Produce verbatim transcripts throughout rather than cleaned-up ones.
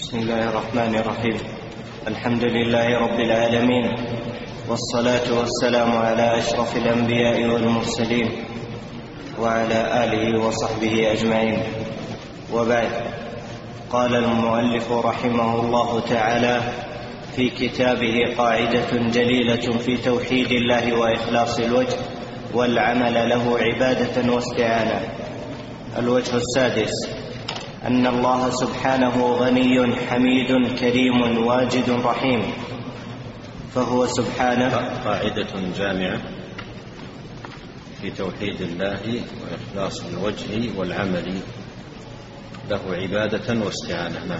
بسم الله الرحمن الرحيم. الحمد لله رب العالمين، والصلاة والسلام على أشرف الأنبياء والمرسلين وعلى آله وصحبه أجمعين، وبعد. قال المؤلف رحمه الله تعالى في كتابه قاعدة جليلة في توحيد الله وإخلاص الوجه والعمل له عبادة واستعانة. الوجه السادس: أن الله سبحانه غني حميد كريم واجد رحيم، فهو سبحانه قاعدة جامعة في توحيد الله وإخلاص الوجه والعمل له عبادة واستعانة. نعم.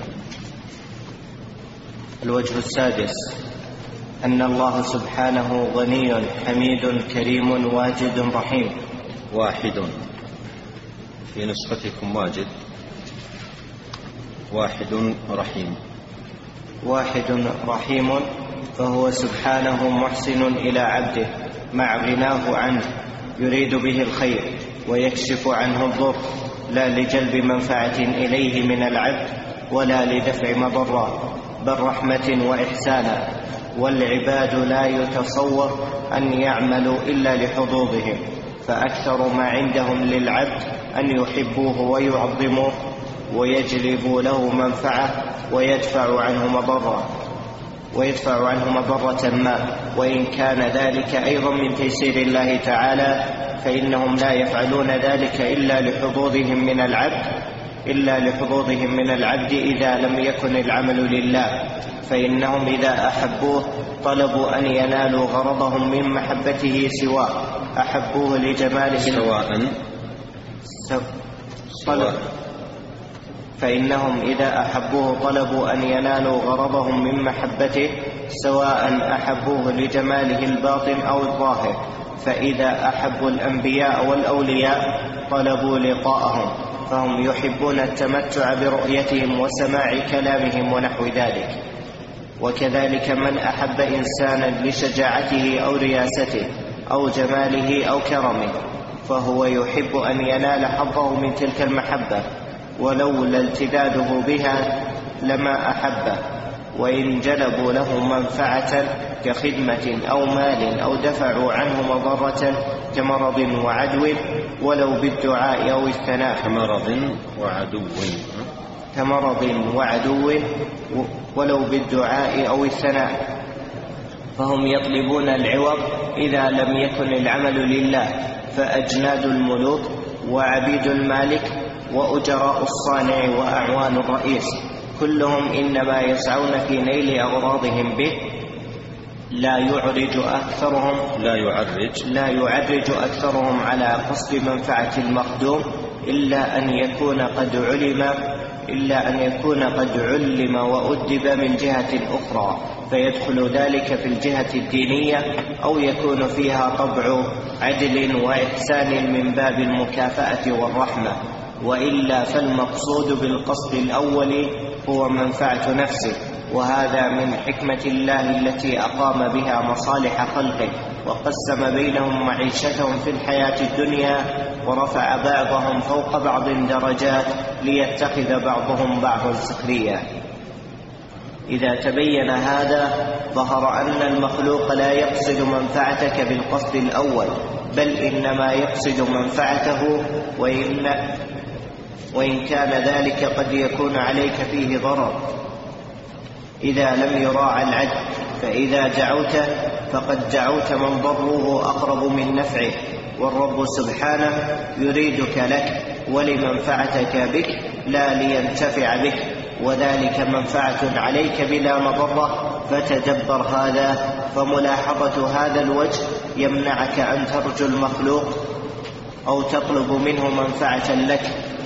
الوجه السادس: أن الله سبحانه غني حميد كريم واجد رحيم. واحد في نسختكم واجد، واحد رحيم. واحد رحيم، فهو سبحانه محسن إلى عبده مع غناه عنه، يريد به الخير ويكشف عنه الضر، لا لجلب منفعة إليه من العبد ولا لدفع مضرة، بل رحمة وإحسانا. والعباد لا يتصور أن يعملوا إلا لحظوظهم، فأكثر ما عندهم للعبد أن يحبوه ويعظموه ويجلبوا له منفعة ويدفع عنه مضرة ويدفع عنه مضرة ما، وإن كان ذلك أيضا من تيسير الله تعالى، فإنهم لا يفعلون ذلك إلا لحظوظهم من العبد إلا لحظوظهم من العبد إذا لم يكن العمل لله، فإنهم إذا أحبوه طلبوا أن ينالوا غرضهم من محبته سواء أحبوه لجماله سواء سواء فإنهم إذا أحبوه طلبوا أن ينالوا غرضهم من محبته سواء أحبوه لجماله الباطن أو الظاهر. فإذا أحبوا الأنبياء والأولياء طلبوا لقاءهم، فهم يحبون التمتع برؤيتهم وسماع كلامهم ونحو ذلك. وكذلك من أحب إنسانا لشجاعته أو رياسته أو جماله أو كرمه، فهو يحب أن ينال حظه من تلك المحبة، ولولا التذاذه بها لما أحبه. وإن جلبوا له منفعة كخدمة أو مال أو دفعوا عنه مضرة كمرض وعدو ولو بالدعاء أو الثناء كمرض وعدو كمرض وعدو ولو بالدعاء أو الثناء، فهم يطلبون العوض إذا لم يكن العمل لله. فأجناد الملوك وعبيد المالك وأجراء الصانع وأعوان الرئيس كلهم إنما يسعون في نيل أغراضهم به، لا يعرج أكثرهم لا يعرج لا يعرج أكثرهم على قصد منفعة المخدوم إلا أن يكون قد علم إلا أن يكون قد علم وأدب من جهة أخرى، فيدخل ذلك في الجهة الدينية، أو يكون فيها طبع عدل وإحسان من باب المكافأة والرحمة. وإلا فالمقصود بالقصد الأول هو منفعة نفسه، وهذا من حكمة الله التي أقام بها مصالح خلقه، وقسم بينهم معيشتهم في الحياة الدنيا، ورفع بعضهم فوق بعض درجات ليتخذ بعضهم بعضا سخريا. إذا تبين هذا ظهر أن المخلوق لا يقصد منفعتك بالقصد الأول، بل إنما يقصد منفعته، وإن وإن كان ذلك قد يكون عليك فيه ضرر إذا لم يراعى العدل. فإذا دعوت فقد دعوت من ضره أقرب من نفعه، والرب سبحانه يريدك لك ولمنفعتك بك لا لينتفع بك، وذلك منفعة عليك بلا مضرة. فتدبر هذا، فملاحظة هذا الوجه يمنعك أن ترجو المخلوق أو تطلب منه منفعة لك،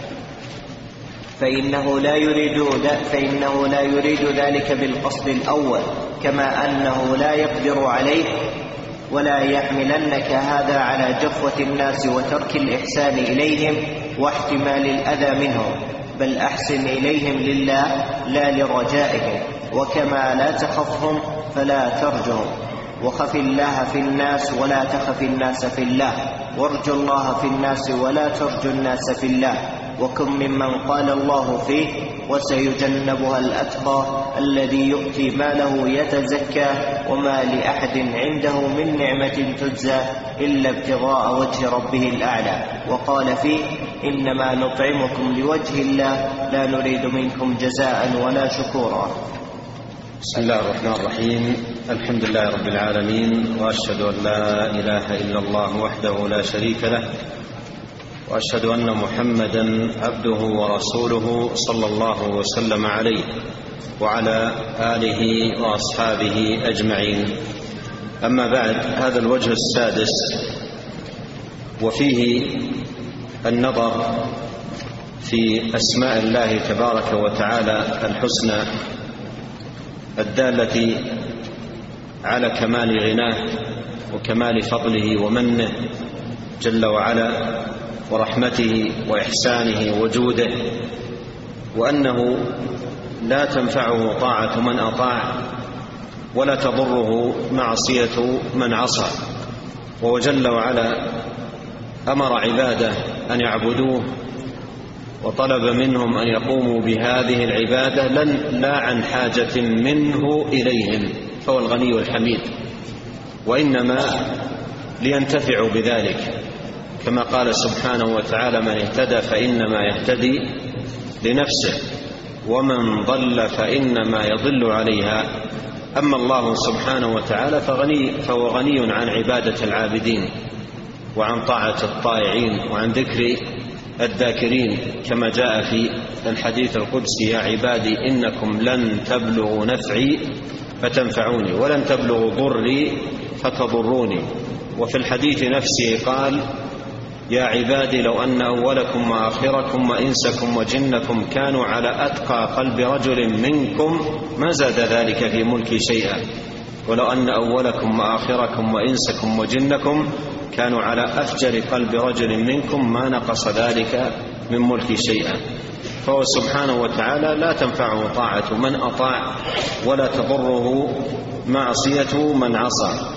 فإنه لا يريد فإنه لا يريد ذلك بالقصد الأول، كما أنه لا يقدر عليه. ولا يحملنك هذا على جفوة الناس وترك الإحسان إليهم واحتمال الأذى منهم، بل أحسن إليهم لله لا لرجائهم. وكما لا تخفهم فلا ترجهم، وخف الله في الناس ولا تخف الناس في الله، وارجو الله في الناس ولا ترجو الناس في الله. وكن ممن قال الله فيه: وسيجنبها الأتقى الذي يؤتي ماله يتزكى وما لأحد عنده من نعمة تجزى إلا ابتغاء وجه ربه الأعلى. وقال فيه: إنما نطعمكم لوجه الله لا نريد منكم جزاء ولا شكورا. بسم الله الرحمن الرحيم. الحمد لله رب العالمين، وأشهد أن لا إله إلا الله وحده لا شريك له، وأشهد أن محمدا عبده ورسوله صلى الله وسلم عليه وعلى آله وأصحابه أجمعين. أما بعد، هذا الوجه السادس وفيه النظر في أسماء الله تبارك وتعالى الحسنى الدالة على كمال غناه وكمال فضله ومنه جل وعلا ورحمته وإحسانه وجوده، وأنه لا تنفعه طاعة من أطاع ولا تضره معصية من عصى. وهو جل وعلا أمر عباده أن يعبدوه وطلب منهم أن يقوموا بهذه العبادة لا عن حاجة منه إليهم، فهو الغني الحميد، وإنما لينتفعوا بذلك، كما قال سبحانه وتعالى: من اهتدى فإنما يهتدي لنفسه ومن ضل فإنما يضل عليها. أما الله سبحانه وتعالى فغني فهو غني عن عبادة العابدين وعن طاعة الطائعين وعن ذكر الذاكرين، كما جاء في الحديث القدسي: يا عبادي إنكم لن تبلغوا نفعي فتنفعوني ولن تبلغوا ضري فتضروني. وفي الحديث نفسه قال: يا عبادي لو أن أولكم وآخركم وإنسكم وجنكم كانوا على أتقى قلب رجل منكم ما زاد ذلك في ملكي شيئا، ولو أن أولكم وآخركم وإنسكم وجنكم كانوا على أفجر قلب رجل منكم ما نقص ذلك من ملكي شيئا. فهو سبحانه وتعالى لا تنفعه طاعة من أطاع ولا تضره معصية من عصى.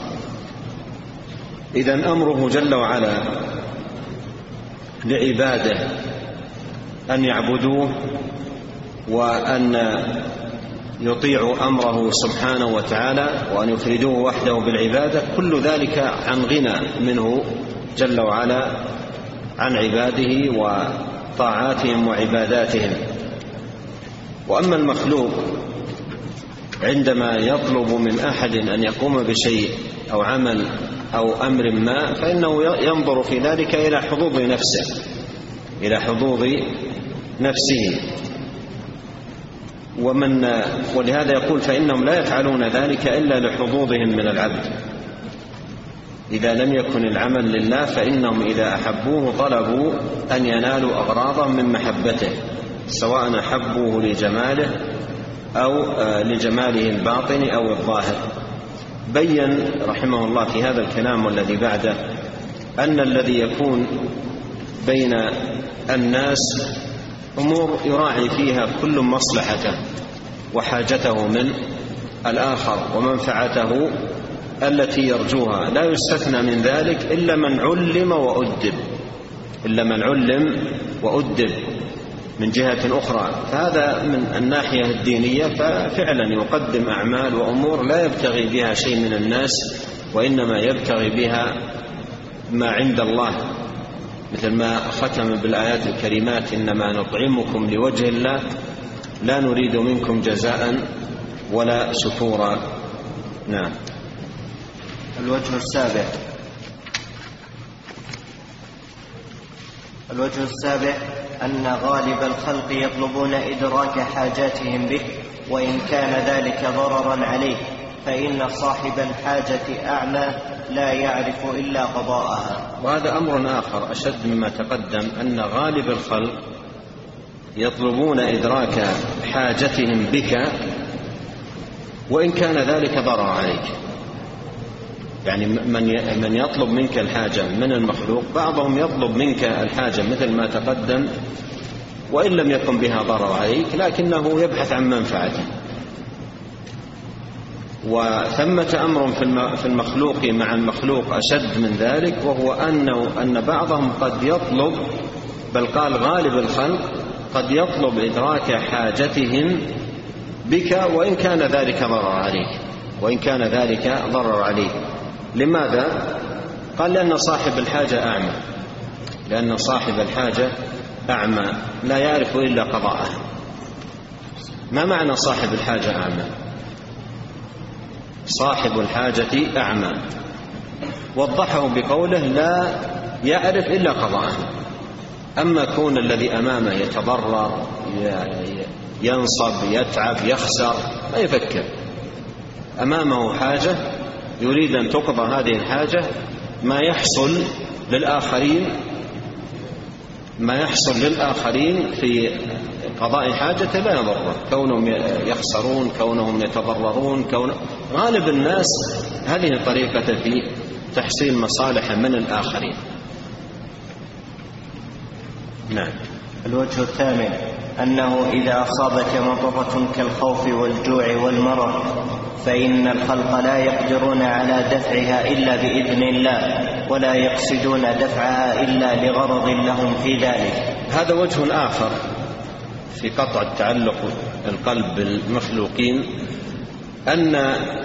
إذن أمره جل وعلا لعباده أن يعبدوه وأن يطيعوا أمره سبحانه وتعالى وأن يفردوه وحده بالعبادة، كل ذلك عن غنى منه جل وعلا عن عباده وطاعاتهم وعباداتهم. وأما المخلوق عندما يطلب من أحد أن يقوم بشيء أو عمل أو أمر ما فإنه ينظر في ذلك إلى حظوظ نفسه إلى حظوظ نفسه ومن ولهذا يقول: فإنهم لا يفعلون ذلك إلا لحظوظهم من العبد. إذا لم يكن العمل لله فإنهم إذا أحبوه طلبوا أن ينالوا أغراضهم من محبته، سواء أحبوه لجماله أو لجماله الباطن أو الظاهر. بين رحمه الله في هذا الكلام والذي بعده أن الذي يكون بين الناس أمور يراعي فيها كل مصلحته وحاجته من الآخر ومنفعته التي يرجوها، لا يستثنى من ذلك إلا من علم وأدب إلا من علم وأدب من جهة أخرى. فهذا من الناحية الدينية ففعلا يقدم أعمال وأمور لا يبتغي بها شيء من الناس، وإنما يبتغي بها ما عند الله، مثل ما ختم بالآيات الكريمات: إنما نطعمكم لوجه الله لا نريد منكم جزاء ولا شكورا. نعم. الوجه السابع الوجه السابع أن غالب الخلق يطلبون إدراك حاجاتهم به وإن كان ذلك ضررا عليه، فإن صاحب الحاجة أعمى لا يعرف إلا قضاءها. وهذا أمر آخر أشد مما تقدم، أن غالب الخلق يطلبون إدراك حاجتهم بك وإن كان ذلك ضرر عليك. يعني من يطلب منك الحاجة من المخلوق، بعضهم يطلب منك الحاجة مثل ما تقدم وإن لم يكن بها ضرر عليك، لكنه يبحث عن منفعته. وثمة أمر في المخلوق مع المخلوق أشد من ذلك، وهو أنه أن بعضهم قد يطلب، بل قال غالب الخلق قد يطلب إدراك حاجتهم بك وإن كان ذلك ضرر عليك وإن كان ذلك ضرر عليك. لماذا؟ قال لأن صاحب الحاجة أعمى لأن صاحب الحاجة أعمى لا يعرف إلا قضاءها. ما معنى صاحب الحاجة أعمى؟ صاحب الحاجة أعمى وضحه بقوله لا يعرف إلا قضاءها. أما كون الذي أمامه يتضرر ينصب يتعب يخسر لا يفكر، أمامه حاجة يريد أن تقضى هذه الحاجة، ما يحصل للآخرين ما يحصل للآخرين في قضاء حاجة لا يضره، كونهم يخسرون كونهم يتضررون كون غالب الناس هذه طريقة في تحصيل مصالح من الآخرين. نعم. الوجه الثامن أنه إذا أصابك مضرة كالخوف والجوع والمرض فإن الخلق لا يقدرون على دفعها إلا بإذن الله ولا يقصدون دفعها إلا لغرض لهم في ذلك. هذا وجه آخر في قطع التعلق القلب بالمخلوقين، أن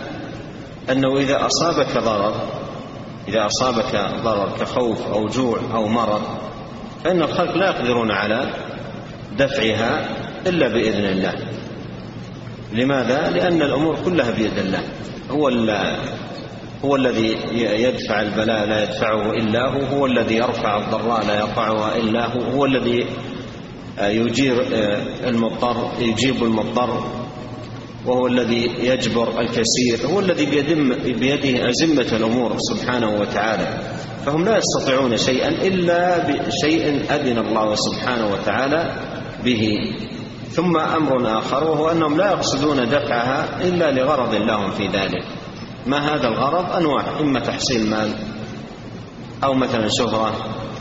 أنه إذا أصابك ضرر إذا أصابك ضرر كخوف أو جوع أو مرض فإن الخلق لا يقدرون على دفعها إلا بإذن الله. لماذا؟ لأن الأمور كلها بيد الله، هو هو الذي يدفع البلاء لا يدفعه إلا هو، هو الذي يرفع الضراء لا يرفعها إلا هو، هو الذي يجير المضطر يجيب المضطر، وهو الذي يجبر الكثير، هو الذي بيده أزمة الأمور سبحانه وتعالى. فهم لا يستطيعون شيئا إلا بشيء أذن الله سبحانه وتعالى به. ثم أمر آخر وهو أنهم لا يقصدون دفعها إلا لغرض لهم في ذلك. ما هذا الغرض؟ أنواع، إما تحصيل مال أو مثلا شهرة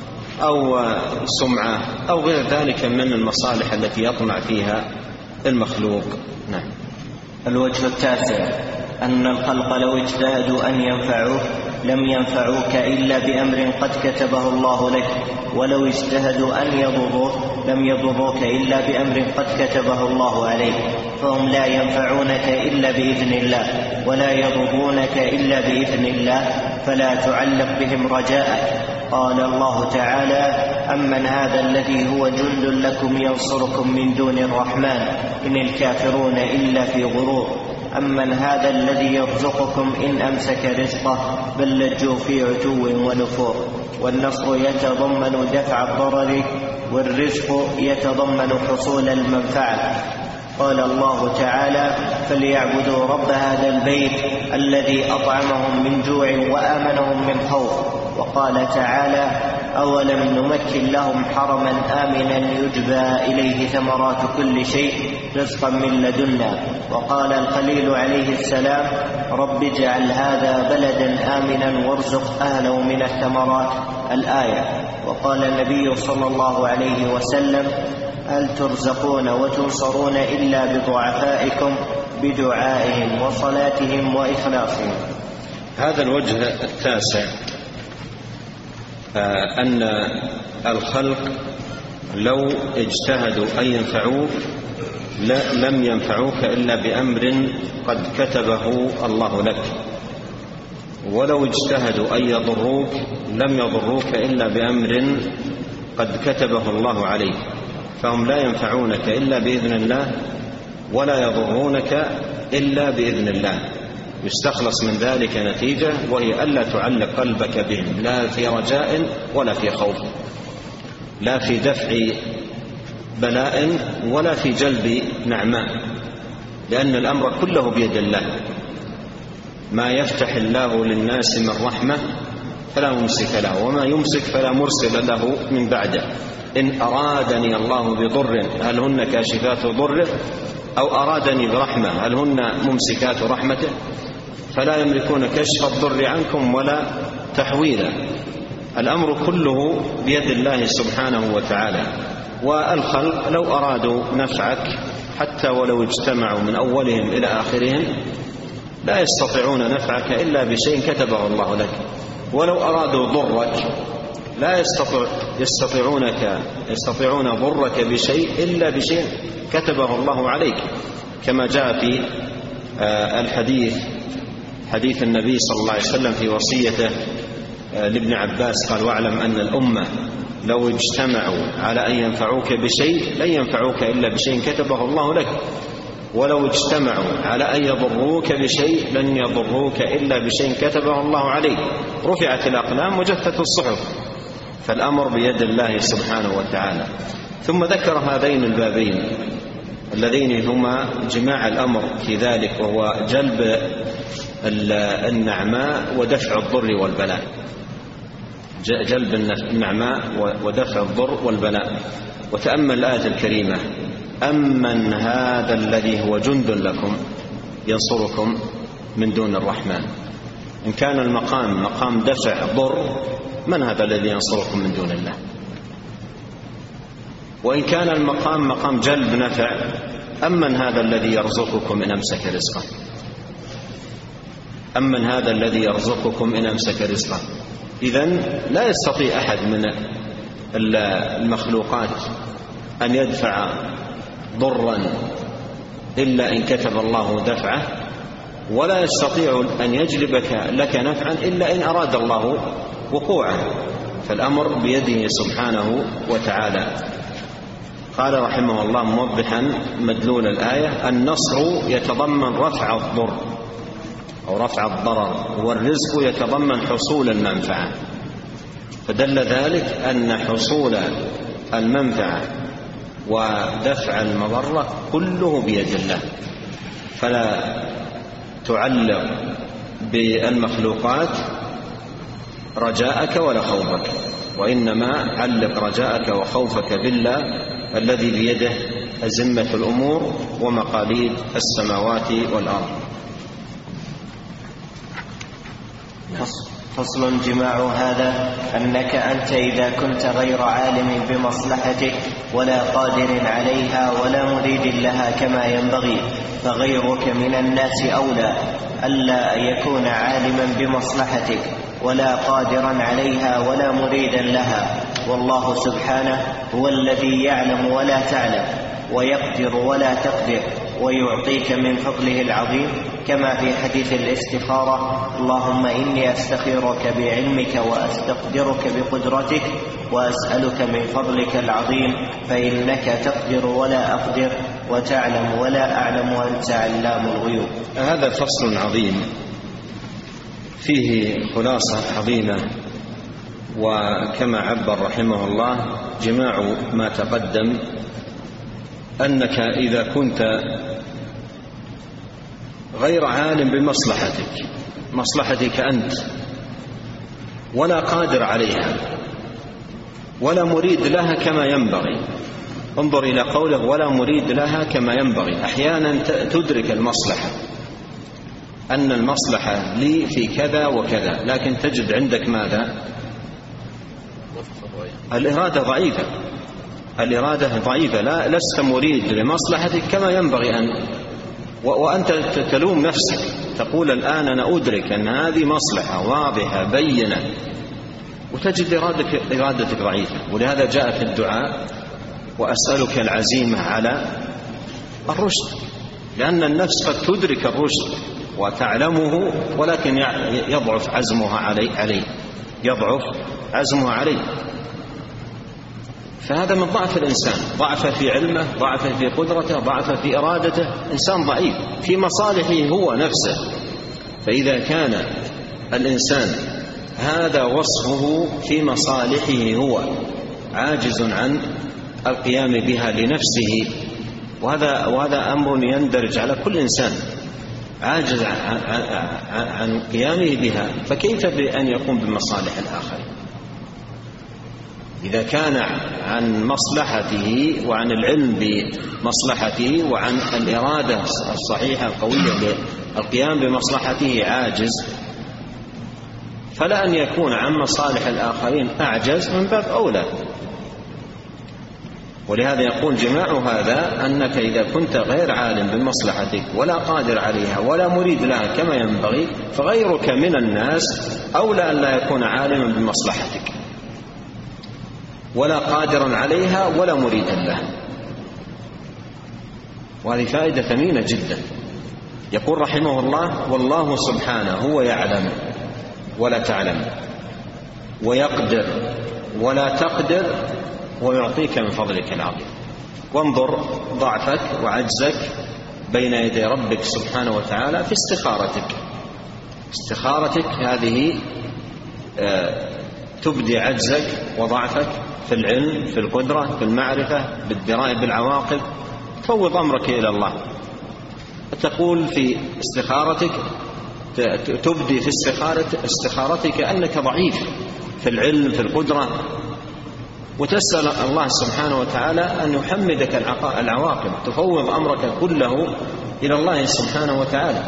أو سمعة أو غير ذلك من المصالح التي يطمع فيها المخلوق. نعم. الوجه التاسع أن الخلق لو اجتهدوا أن ينفعوك لم ينفعوك إلا بأمر قد كتبه الله لك، ولو اجتهدوا أن يضروك لم يضروك إلا بأمر قد كتبه الله عليك، فهم لا ينفعونك إلا بإذن الله ولا يضرونك إلا بإذن الله، فلا تعلق بهم رجاءك. قال الله تعالى: أمن هذا الذي هو جند لكم ينصركم من دون الرحمن إن الكافرون إلا في غرور. أمن هذا الذي يرزقكم إن أمسك رزقه بل لجوا في عتو ونفور. والنصر يتضمن دفع الضرر والرزق يتضمن حصول المنفعة. قال الله تعالى: فليعبدوا رب هذا البيت الذي أطعمهم من جوع وآمنهم من خوف. وقال تعالى: أولم نمكن لهم حرما آمنا يجبى إليه ثمرات كل شيء رزقا من لدنا. وقال الخليل عليه السلام: رب اجعل هذا بلدا آمنا وارزق أهله من الثمرات. الآية. وقال النبي صلى الله عليه وسلم: هل ترزقون وتنصرون إلا بضعفائكم بدعائهم وصلاتهم وإخلاصهم. هذا الوجه التاسع أن الخلق لو اجتهدوا أن ينفعوك لم ينفعوك إلا بأمر قد كتبه الله لك، ولو اجتهدوا أن يضروك لم يضروك إلا بأمر قد كتبه الله عليك، فهم لا ينفعونك إلا بإذن الله ولا يضرونك إلا بإذن الله. يستخلص من ذلك نتيجة، وهي ألا تعلق قلبك بهم لا في رجاء ولا في خوف، لا في دفع بلاء ولا في جلب نعماء، لأن الأمر كله بيد الله. ما يفتح الله للناس من رحمة فلا ممسك له، وما يمسك فلا مرسل له من بعده. إن أرادني الله بضر هل هن كاشفات ضره، أو أرادني برحمة هل هن ممسكات رحمته، فلا يملكون كشف الضر عنكم ولا تحويلا. الأمر كله بيد الله سبحانه وتعالى. والخلق لو أرادوا نفعك حتى ولو اجتمعوا من أولهم إلى آخرهم لا يستطيعون نفعك إلا بشيء كتبه الله لك، ولو أرادوا ضرك لا يستطيع يستطيعونك يستطيعون ضرك بشيء إلا بشيء كتبه الله عليك، كما جاء في الحديث حديث النبي صلى الله عليه وسلم في وصيته لابن عباس قال: واعلم أن الأمة لو اجتمعوا على أن ينفعوك بشيء لن ينفعوك إلا بشيء كتبه الله لك، ولو اجتمعوا على أن يضروك بشيء لن يضروك إلا بشيء كتبه الله عليك. رفعت الأقلام وجفت الصحف، فالأمر بيد الله سبحانه وتعالى. ثم ذكر هذين البابين اللذين هما جماع الأمر في ذلك، وهو جلب النعماء ودفع الضر والبلاء، جلب النعماء ودفع الضر والبلاء. وتأمل الآية الكريمة: أمن هذا الذي هو جند لكم ينصركم من دون الرحمن. إن كان المقام مقام دفع ضر، من هذا الذي ينصركم من دون الله؟ وإن كان المقام مقام جلب نفع، أمن هذا الذي يرزقكم إن أمسك رزقه؟ أمن هذا الذي يرزقكم إن أمسك رزقه؟ إذن لا يستطيع أحد من المخلوقات أن يدفع ضرا إلا إن كتب الله دفعه، ولا يستطيع أن يجلبك لك نفعا إلا إن أراد الله وقوعه، فالأمر بيده سبحانه وتعالى. قال رحمه الله موضحا مدلول الآية: النصر يتضمن رفع الضر أو رفع الضرر، والرزق يتضمن حصول المنفعة، فدل ذلك أن حصول المنفعة ودفع المضرة كله بيد الله، فلا تعلق بالمخلوقات رجاءك ولا خوفك، وإنما علق رجاءك وخوفك بالله الذي بيده أزمة الأمور ومقاليد السماوات والأرض. فصل: جماع هذا أنك أنت إذا كنت غير عالم بمصلحتك ولا قادر عليها ولا مريد لها كما ينبغي، فغيرك من الناس أولى ألا يكون عالما بمصلحتك ولا قادرا عليها ولا مريدا لها، والله سبحانه هو الذي يعلم ولا تعلم ويقدر ولا تقدر ويعطيك من فضله العظيم، كما في حديث الاستخارة: اللهم إني أستخيرك بعلمك وأستقدرك بقدرتك وأسألك من فضلك العظيم، فإنك تقدر ولا أقدر وتعلم ولا أعلم وأنت علام الغيوب. هذا فصل عظيم فيه خلاصة عظيمة، وكما عبر رحمه الله جماع ما تقدم أنك إذا كنت غير عالم بمصلحتك، مصلحتك أنت، ولا قادر عليها ولا مريد لها كما ينبغي. انظر إلى قوله: ولا مريد لها كما ينبغي. أحيانا تدرك المصلحة أن المصلحة لي في كذا وكذا، لكن تجد عندك ماذا؟ الإرادة ضعيفة، الإرادة ضعيفة، لا لست مريد لمصلحتك كما ينبغي أن، وأنت تلوم نفسك، تقول الآن أنا أدرك أن هذه مصلحة واضحة بينة، وتجد إرادتك, إرادتك ضعيفة. ولهذا جاء في الدعاء: وأسألك العزيمة على الرشد، لأن النفس قد تدرك الرشد وتعلمه، ولكن يضعف عزمها عليه, عليه يضعف عزمها عليه. فهذا من ضعف الإنسان، ضعف في علمه، ضعف في قدرته، ضعف في إرادته، إنسان ضعيف في مصالحه هو نفسه. فإذا كان الإنسان هذا وصفه في مصالحه هو، عاجز عن القيام بها لنفسه، وهذا, وهذا أمر يندرج على كل إنسان، عاجز عن, عن قيامه بها، فكيف بأن يقوم بمصالح الآخرين؟ إذا كان عن مصلحته وعن العلم بمصلحته وعن الإرادة الصحيحة القوية للقيام بمصلحته عاجز، فلا أن يكون عن مصالح الآخرين أعجز من باب أولى. ولهذا يقول جماع هذا أنك إذا كنت غير عالم بمصلحتك ولا قادر عليها ولا مريد لها كما ينبغي، فغيرك من الناس أولى أن لا يكون عالما بمصلحتك. ولا قادرا عليها ولا مريدا لها. وهذه فائدة ثمينة جدا. يقول رحمه الله: والله سبحانه هو يعلم ولا تعلم، ويقدر ولا تقدر، ويعطيك من فضلك العظيم. وانظر ضعفك وعجزك بين يدي ربك سبحانه وتعالى في استخارتك. استخارتك هذه تبدي عجزك وضعفك في العلم، في القدرة، في المعرفة، بالدراية بالعواقب. تفوض أمرك إلى الله. تقول في استخارتك، تبدي في استخارتك أنك ضعيف في العلم، في القدرة، وتسأل الله سبحانه وتعالى أن يحمدك العواقب. تفوض أمرك كله إلى الله سبحانه وتعالى.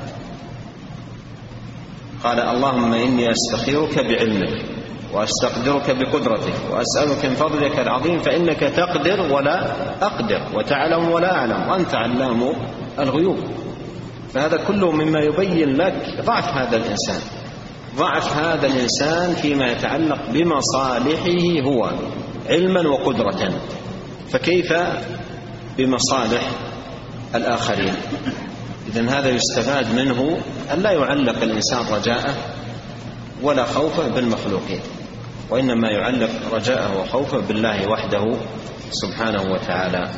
قال: اللهم إني أستخيرك بعلمك، وأستقدرك بقدرتك، وأسألك من فضلك العظيم، فإنك تقدر ولا أقدر، وتعلم ولا أعلم، وأنت علام الغيوب. فهذا كله مما يبين لك ضعف هذا الإنسان، ضعف هذا الإنسان فيما يتعلق بمصالحه هو علما وقدرة، فكيف بمصالح الآخرين؟ إذن هذا يستفاد منه أن لا يعلق الإنسان رجاءه ولا خوفه بالمخلوقين، وإنما يعلق رجاءه وخوفه بالله وحده سبحانه وتعالى.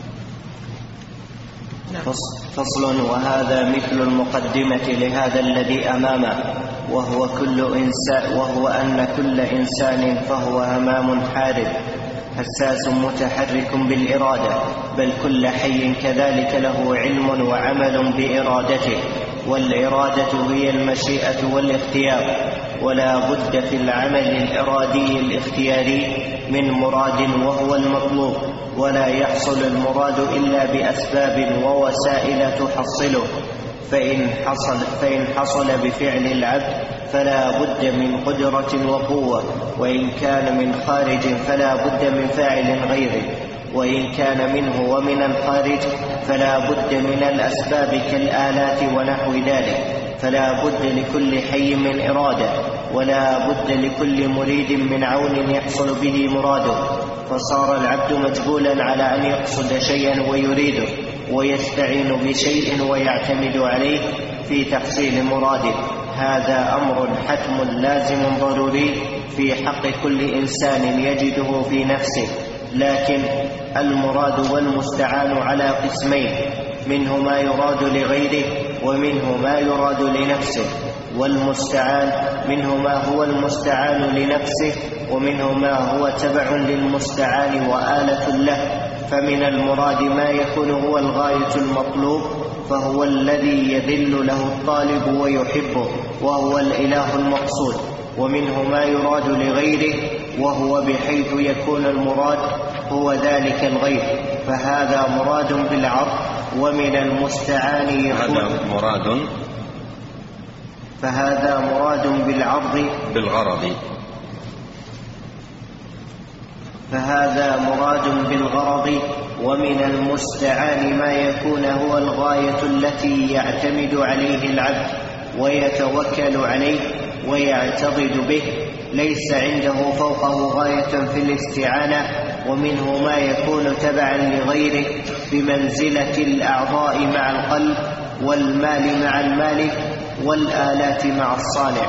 فصل: وهذا مثل المقدمة لهذا الذي أمامه، وهو كل إنسان وهو أن كل إنسان فهو همام حارب حساس متحرك بالإرادة، بل كل حي كذلك له علم وعمل بإرادته، والإرادة هي المشيئة والاختيار، ولا بد في العمل الإرادي الاختياري من مراد وهو المطلوب، ولا يحصل المراد إلا بأسباب ووسائل تحصله. فإن حصل, فإن حصل بفعل العبد فلا بد من قدرة وقوة، وإن كان من خارج فلا بد من فاعل غيره، وإن كان منه ومن الخارج فلا بد من الأسباب كالآلات ونحو ذلك. فلا بد لكل حي من إرادة، ولا بد لكل مريد من عون يحصل به مراده. فصار العبد مجبولا على أن يقصد شيئا ويريده، ويستعين بشيء ويعتمد عليه في تحصيل مراده. هذا أمر حتم لازم ضروري في حق كل إنسان يجده في نفسه. لكن المراد والمستعان على قسمين: منه ما يراد لغيره، ومنه ما يراد لنفسه. والمستعان منه ما هو المستعان لنفسه، ومنه ما هو تبع للمستعان وآلة له. فمن المراد ما يكون هو الغاية المطلوب، فهو الذي يذل له الطالب ويحبه، وهو الإله المقصود. ومنه ما يراد لغيره، وهو بحيث يكون المراد هو ذلك الغير، فهذا مراد بالعرض. ومن المستعان يكون هذا مراد فهذا مراد بالعرض بالغرض فهذا مراد بالغرض. ومن المستعان ما يكون هو الغاية التي يعتمد عليه العبد ويتوكل عليه ويعتضد به، ليس عنده فوقه غاية في الاستعانة. ومنه ما يكون تبعا لغيره بمنزلة الأعضاء مع القلب، والمال مع المالك، والآلات مع الصانع.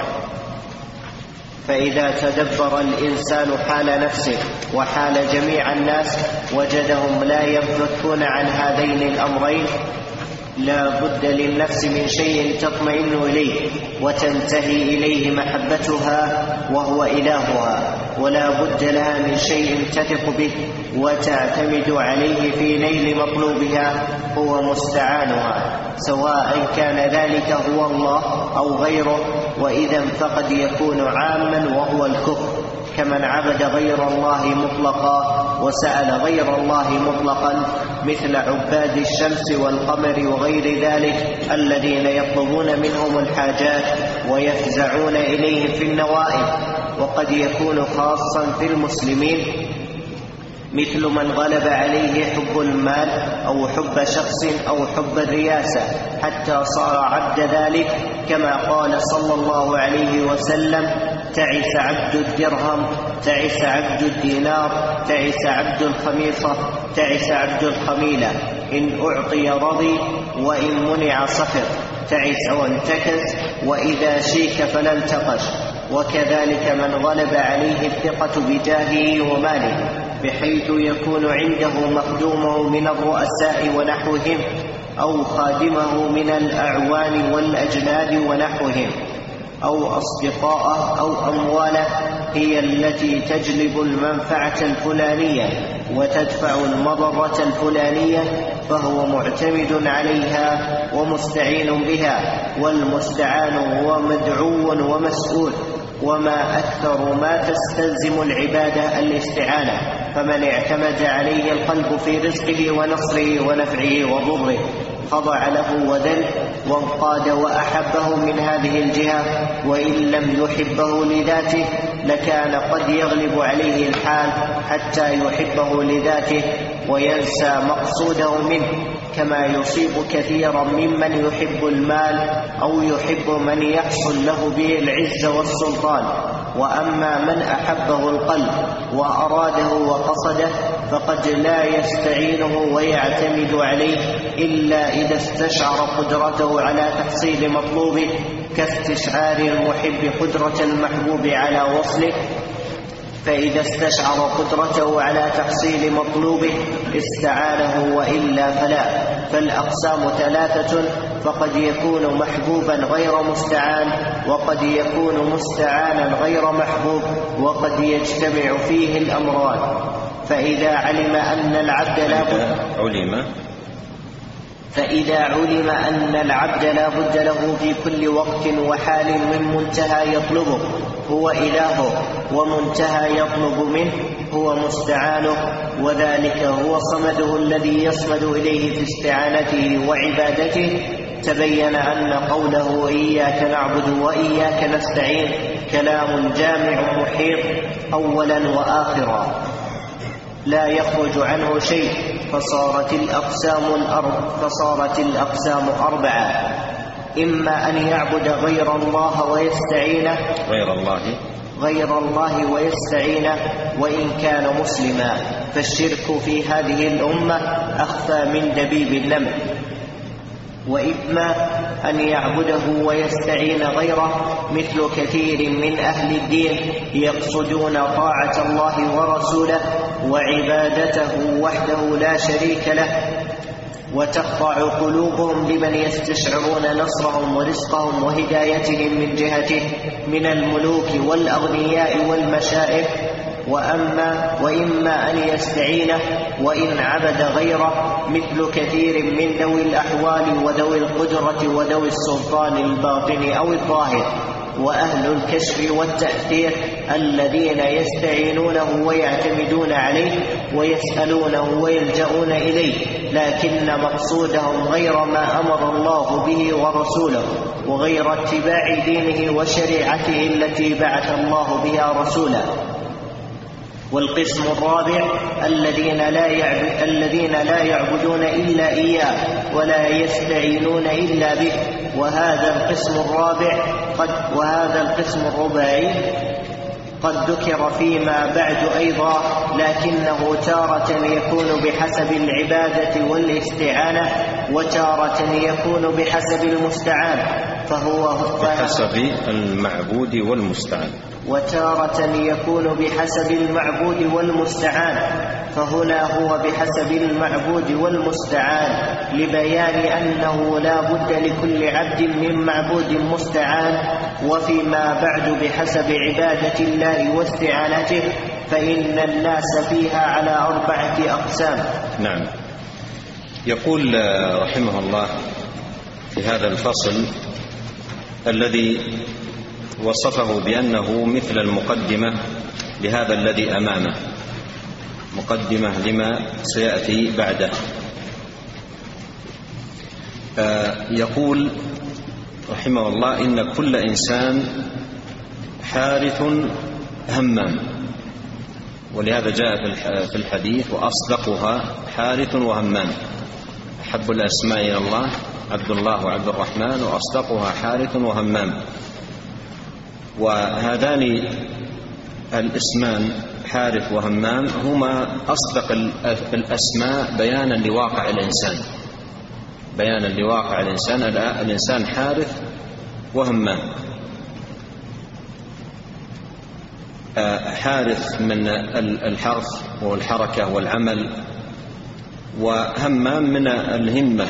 فإذا تدبر الإنسان حال نفسه وحال جميع الناس وجدهم لا ينفكون عن هذين الأمرين. لا بد للنفس من شيء تطمئن إليه وتنتهي إليه محبتها وهو إلهها، ولا بد لها من شيء تثق به وتعتمد عليه في نيل مطلوبها هو مستعانها، سواء كان ذلك هو الله أو غيره. وإذا فقد يكون عاما وهو الكفر، كمن عبد غير الله مطلقا وسأل غير الله مطلقا، مثل عباد الشمس والقمر وغير ذلك الذين يطلبون منهم الحاجات ويفزعون إليهم في النوائب. وقد يكون خاصا في المسلمين، مثل من غلب عليه حب المال أو حب شخص أو حب الرياسة حتى صار عبد ذلك، كما قال صلى الله عليه وسلم: تعس عبد الدرهم، تعس عبد الدينار، تعس عبد الخميصة، تعس عبد الخميلة. إن أعطي رضي وإن منع صفر، تعس وانتكس، وإذا شيك فلا التقش. وكذلك من غلب عليه الثقة بجاهه وماله، بحيث يكون عنده مخدومه من الرؤساء ونحوهم، أو خادمه من الأعوان والأجناد ونحوهم، أو أصدقاءه أو أمواله، هي التي تجلب المنفعة الفلانية وتدفع المضرة الفلانية، فهو معتمد عليها ومستعين بها، والمستعان هو مدعو ومسؤول. وما أكثر ما تستلزم العبادة الاستعانة، فمن اعتمد عليه القلب في رزقه ونصره ونفعه وضره خضع له وذل وانقاد وأحبه من هذه الجهة، وإن لم يحبه لذاته لكان قد يغلب عليه الحال حتى يحبه لذاته وينسى مقصوده منه، كما يصيب كثيرا ممن يحب المال أو يحب من يحصل له به العز والسلطان. وأما من أحبه القلب وأراده وقصده فقد لا يستعينه ويعتمد عليه إلا إذا استشعر قدرته على تحصيل مطلوبه، كاستشعار المحب قدرة المحبوب على وصله. فإذا استشعر قدرته على تحصيل مطلوبه استعانه، وإلا فلا. فالأقسام ثلاثة، فقد يكون محبوبا غير مستعان، وقد يكون مستعانا غير محبوب، وقد يجتمع فيه الأمران. فإذا علم أن العبد لا بد علم فإذا علم أن العبد لا بد له في كل وقت وحال من منتهى يطلبه هو إلهه، ومنتهى يطلب منه هو مستعانه، وذلك هو صمده الذي يصمد إليه في استعانته وعبادته، تبين أن قوله إياك نعبد وإياك نستعين كلام جامع محيط أولا وآخرا لا يخرج عنه شيء. فصارت الأقسام الأربع فصارت الأقسام أربعة: إما أن يعبد غير الله ويستعينه غير الله غير الله ويستعينه وإن كان مسلما، فالشرك في هذه الأمة أخفى من دبيب النمل. وإما أن يعبده ويستعين غيره، مثل كثير من أهل الدين يقصدون طاعة الله ورسوله وعبادته وحده لا شريك له، وتخضع قلوبهم لمن يستشعرون نصرهم ورزقهم وهدايتهم من جهته من الملوك والأغنياء والمشائخ. وأما وإما أن يستعينه وإن عبد غيره، مثل كثير من ذوي الأحوال وذوي القدرة وذوي السلطان الباطن أو الظاهر، وأهل الكشف والتأثير الذين يستعينونه ويعتمدون عليه ويسألونه ويلجؤون إليه، لكن مقصودهم غير ما أمر الله به ورسوله، وغير اتباع دينه وشريعته التي بعث الله بها رسوله. والقسم الرابع الذين لا يعبد الذين لا يعبدون إلا إياه ولا يستعينون إلا به. وهذا القسم الرابع قد وهذا القسم الرباعي قد ذكر فيما بعد أيضا، لكنه تارة يكون بحسب العبادة والاستعانة، وتارة يكون بحسب المستعان، فهو بحسب المعبود والمستعان وتارة يكون بحسب المعبود والمستعان، فهنا هو بحسب المعبود والمستعان لبيان أنه لا بد لكل عبد من معبود مستعان. وفيما بعد بحسب عبادة الله واستعانته، فإن الناس فيها على أربعة أقسام. نعم. يقول رحمه الله في هذا الفصل الذي وصفه بأنه مثل المقدمة لهذا الذي أمامه، مقدمة لما سيأتي بعده. يقول رحمه الله: إن كل إنسان حارث همام، ولهذا جاء في الحديث: وأصدقها حارث وهمام، أحب الأسماء إلى الله عبد الله وعبد الرحمن، وأصدقها حارث وهمام. وهذان الاسمان حارث وهمام هما أصدق الأسماء بيانا لواقع الإنسان، بيانا لواقع الإنسان الإنسان حارث وهمام. حارث من الحرث والحركة والعمل، وهمام من الهمة،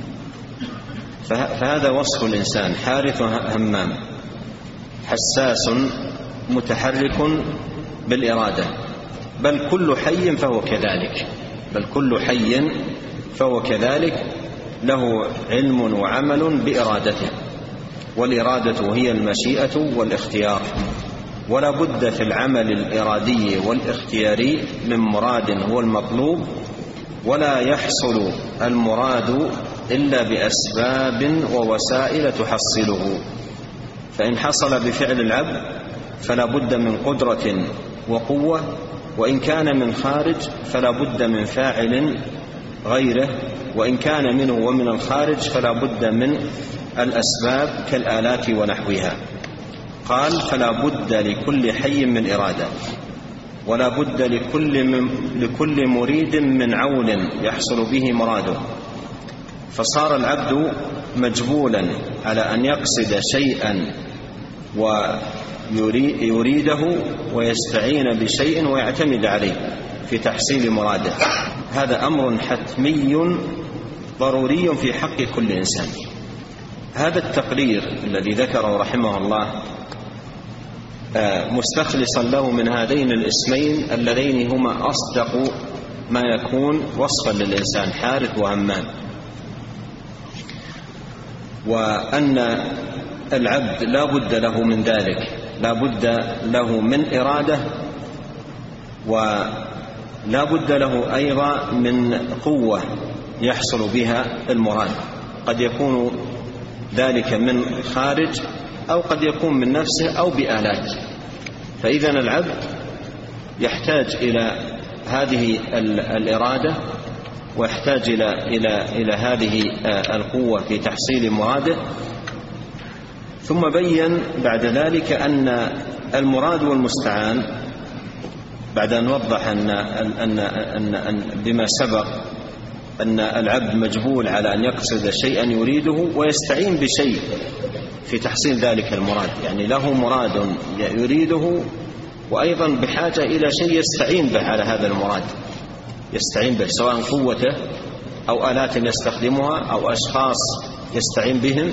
فهذا وصف الإنسان حارث وهمام، حساس متحرك بالإرادة، بل كل حي فهو كذلك، بل كل حي فهو كذلك، له علم وعمل بإرادته، والإرادة هي المشيئة والاختيار، ولا بد في العمل الإرادي والاختياري من مراد هو المطلوب، ولا يحصل المراد إلا بأسباب ووسائل تحصله. فإن حصل بفعل العبد فلا بد من قدرة وقوة، وإن كان من خارج فلا بد من فاعل غيره، وإن كان منه ومن الخارج فلا بد من الأسباب كالآلات ونحوها. قال فلا بد لكل حي من إرادة، ولا بد لكل, من لكل مريد من عون يحصل به مراده. فصار العبد مجبولا على أن يقصد شيئا ويريده ويستعين بشيء ويعتمد عليه في تحصيل مراده. هذا أمر حتمي ضروري في حق كل إنسان. هذا التقرير الذي ذكره رحمه الله مستخلصا له من هذين الاسمين اللذين هما أصدق ما يكون وصفا للإنسان حارث وهمام، وأن العبد لا بد له من ذلك، لا بد له من إرادة، ولا بد له أيضا من قوة يحصل بها المراد، قد يكون ذلك من خارج أو قد يكون من نفسه أو بآلات. فإذا العبد يحتاج إلى هذه الإرادة، ويحتاج إلى إلى إلى هذه القوة في تحصيل مراده. ثم بين بعد ذلك أن المراد والمستعان، بعد أن وضح أن أن أن, أن بما سبق أن العبد مجبول على أن يقصد شيئا يريده ويستعين بشيء في تحصيل ذلك المراد، يعني له مراد يريده وأيضا بحاجة إلى شيء يستعين به على هذا المراد، يستعين به سواء قوته أو آلات يستخدمها أو أشخاص يستعين بهم.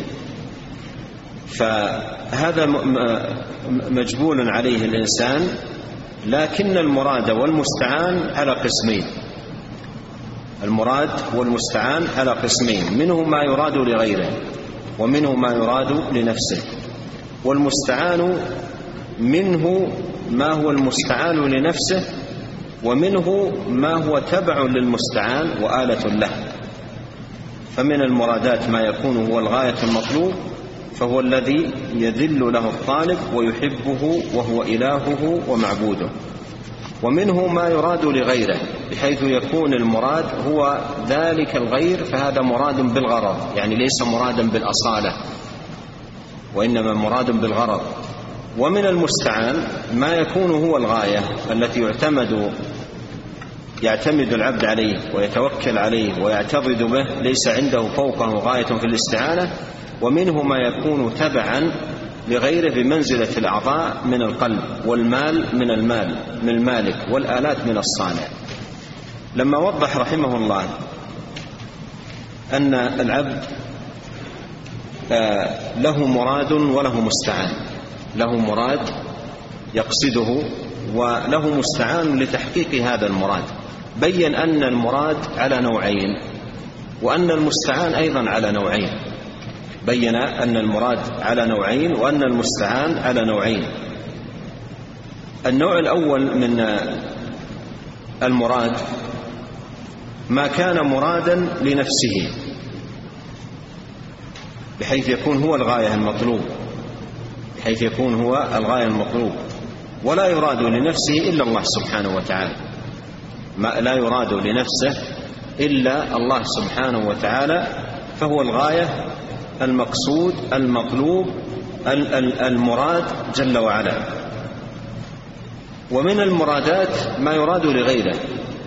فهذا مجبول عليه الإنسان، لكن المراد والمستعان على قسمين، المراد والمستعان على قسمين، منه ما يراد لغيره ومنه ما يراد لنفسه. والمستعان منه ما هو المستعان لنفسه، ومنه ما هو تبع للمستعان وآلة له. فمن المرادات ما يكون هو الغاية المطلوب، فهو الذي يذل له الطالب ويحبه وهو إلهه ومعبوده. ومنه ما يراد لغيره، بحيث يكون المراد هو ذلك الغير، فهذا مراد بالغرض، يعني ليس مرادا بالأصالة وإنما مراد بالغرض. ومن المستعان ما يكون هو الغاية التي يعتمد يعتمد العبد عليه ويتوكل عليه ويعتضد به، ليس عنده فوقه غاية في الاستعانة. ومنه ما يكون تبعا لغيره بمنزلة الأعضاء من القلب، والمال من المال من المالك، والآلات من الصانع. لما وضح رحمه الله أن العبد له مراد وله مستعان، له مراد يقصده وله مستعان لتحقيق هذا المراد، بين أن المراد على نوعين وأن المستعان أيضا على نوعين، بين أن المراد على نوعين وأن المستعان على نوعين. النوع الأول من المراد ما كان مرادا لنفسه، بحيث يكون هو الغاية المطلوب، بحيث يكون هو الغاية المطلوب ولا يراد لنفسه إلا الله سبحانه وتعالى، ما لا يراد لنفسه إلا الله سبحانه وتعالى، فهو الغاية المقصود المطلوب المراد جل وعلا. ومن المرادات ما يراد لغيره،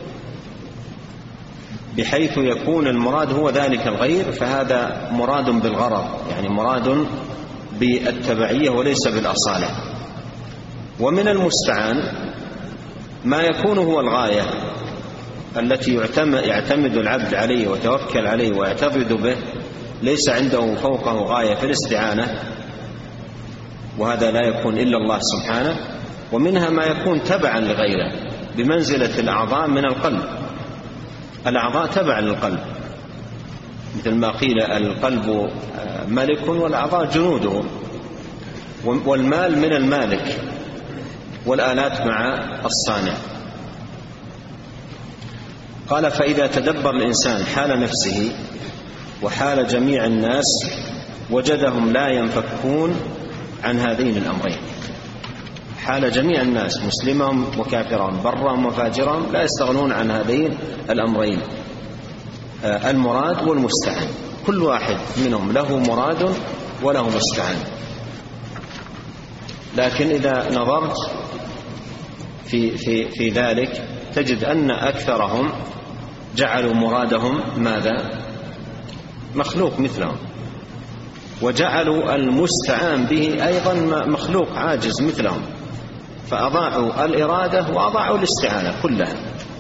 بحيث يكون المراد هو ذلك الغير، فهذا مراد بالغرض، يعني مراد بالتبعية وليس بالأصالة. ومن المستعان ما يكون هو الغاية التي يعتمد العبد عليه ويتوكل عليه ويعتقد به، ليس عنده فوقه غاية في الاستعانة، وهذا لا يكون إلا الله سبحانه. ومنها ما يكون تبعا لغيره بمنزلة الأعضاء من القلب، الأعضاء تبعا للقلب، مثل ما قيل القلب ملك والأعضاء جنوده، والمال من المالك والآلات مع الصانع. قال: فإذا تدبر الإنسان حال نفسه وحال جميع الناس وجدهم لا ينفكون عن هذين الأمرين. حال جميع الناس، مسلمهم وكافرهم، برهم وفاجرهم، لا يستغنون عن هذين الأمرين، المراد والمستعان. كل واحد منهم له مراد وله مستعان. لكن إذا نظرت في, في, في ذلك تجد أن أكثرهم جعلوا مرادهم ماذا؟ مخلوق مثلهم، وجعلوا المستعان به أيضا مخلوق عاجز مثلهم، فأضاعوا الإرادة وأضاعوا الاستعانة كلها.